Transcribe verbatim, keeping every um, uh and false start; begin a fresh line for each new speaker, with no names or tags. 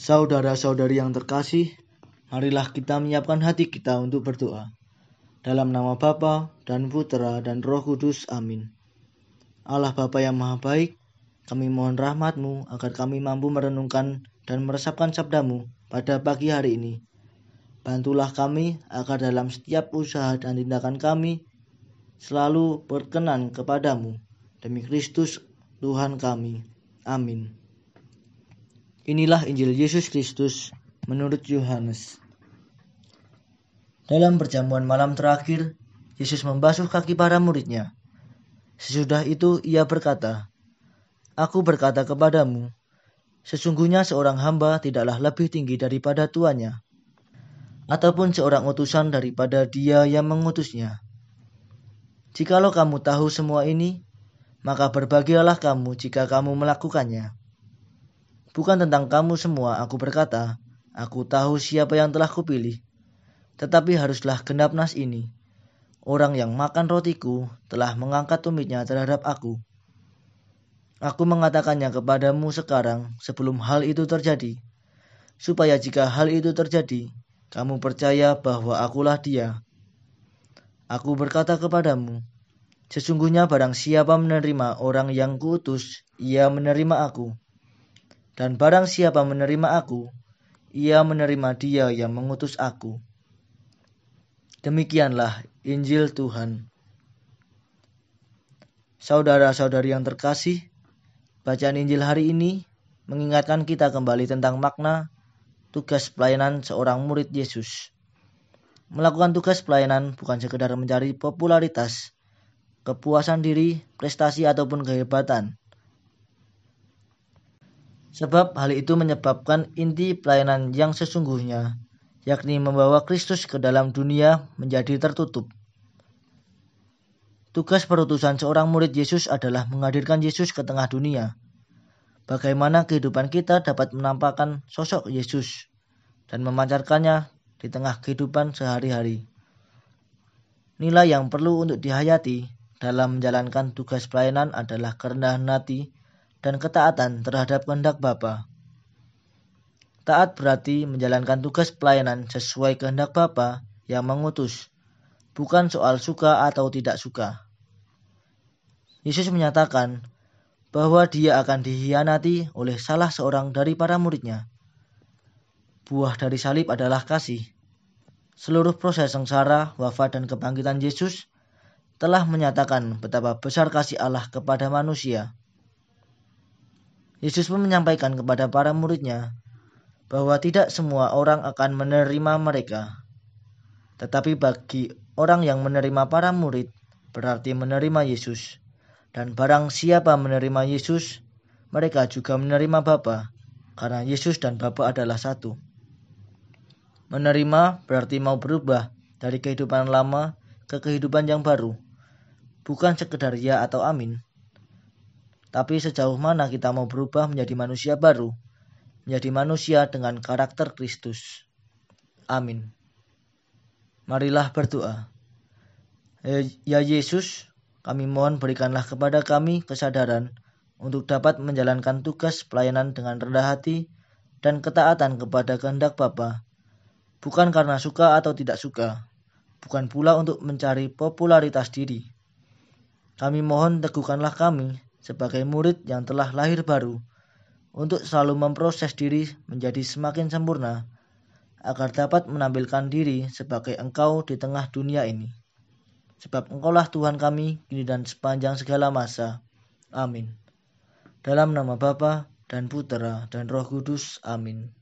Saudara-saudari yang terkasih, marilah kita menyiapkan hati kita untuk berdoa. Dalam nama Bapa dan Putera dan Roh Kudus, amin. Allah Bapa yang Maha Baik, kami mohon rahmat-Mu agar kami mampu merenungkan dan meresapkan sabda-Mu pada pagi hari ini. Bantulah kami agar dalam setiap usaha dan tindakan kami selalu berkenan kepadamu. Demi Kristus Tuhan kami. Amin. Inilah Injil Yesus Kristus menurut Yohanes. Dalam perjamuan malam terakhir, Yesus membasuh kaki para murid-Nya. Sesudah itu ia berkata, "Aku berkata kepadamu, sesungguhnya seorang hamba tidaklah lebih tinggi daripada tuannya, ataupun seorang utusan daripada dia yang mengutusnya. Jikalau kamu tahu semua ini, maka berbahagialah kamu jika kamu melakukannya. Bukan tentang kamu semua aku berkata, aku tahu siapa yang telah kupilih, tetapi haruslah genap nas ini. Orang yang makan rotiku telah mengangkat tumitnya terhadap aku. Aku mengatakannya kepadamu sekarang sebelum hal itu terjadi, supaya jika hal itu terjadi, kamu percaya bahwa akulah dia. Aku berkata kepadamu, sesungguhnya barang siapa menerima orang yang kuutus, ia menerima aku. Dan barang siapa menerima aku, ia menerima dia yang mengutus aku." Demikianlah Injil Tuhan. Saudara-saudari yang terkasih, bacaan Injil hari ini mengingatkan kita kembali tentang makna tugas pelayanan seorang murid Yesus. Melakukan tugas pelayanan bukan sekedar mencari popularitas, kepuasan diri, prestasi ataupun kehebatan. Sebab hal itu menyebabkan inti pelayanan yang sesungguhnya, yakni membawa Kristus ke dalam dunia, menjadi tertutup. Tugas perutusan seorang murid Yesus adalah menghadirkan Yesus ke tengah dunia. Bagaimana kehidupan kita dapat menampakkan sosok Yesus dan memancarkannya di tengah kehidupan sehari-hari. Nilai yang perlu untuk dihayati dalam menjalankan tugas pelayanan adalah kerendahan hati dan ketaatan terhadap kehendak Bapa. Taat berarti menjalankan tugas pelayanan sesuai kehendak Bapa yang mengutus, bukan soal suka atau tidak suka. Yesus menyatakan bahwa dia akan dikhianati oleh salah seorang dari para murid-Nya. Buah dari salib adalah kasih. Seluruh proses sengsara, wafat, dan kebangkitan Yesus telah menyatakan betapa besar kasih Allah kepada manusia. Yesus pun menyampaikan kepada para murid-Nya bahwa tidak semua orang akan menerima mereka. Tetapi bagi orang yang menerima para murid, berarti menerima Yesus. Dan barang siapa menerima Yesus, mereka juga menerima Bapa, karena Yesus dan Bapa adalah satu. Menerima berarti mau berubah dari kehidupan lama ke kehidupan yang baru. Bukan sekedar ya atau amin. Tapi sejauh mana kita mau berubah menjadi manusia baru, menjadi manusia dengan karakter Kristus. Amin. Marilah berdoa. Ya Yesus, kami mohon berikanlah kepada kami kesadaran untuk dapat menjalankan tugas pelayanan dengan rendah hati dan ketaatan kepada kehendak Bapa, bukan karena suka atau tidak suka, bukan pula untuk mencari popularitas diri. Kami mohon teguhkanlah kami sebagai murid yang telah lahir baru, untuk selalu memproses diri menjadi semakin sempurna, agar dapat menampilkan diri sebagai Engkau di tengah dunia ini. Sebab Engkaulah Tuhan kami, kini dan sepanjang segala masa. Amin. Dalam nama Bapa dan Putera dan Roh Kudus. Amin.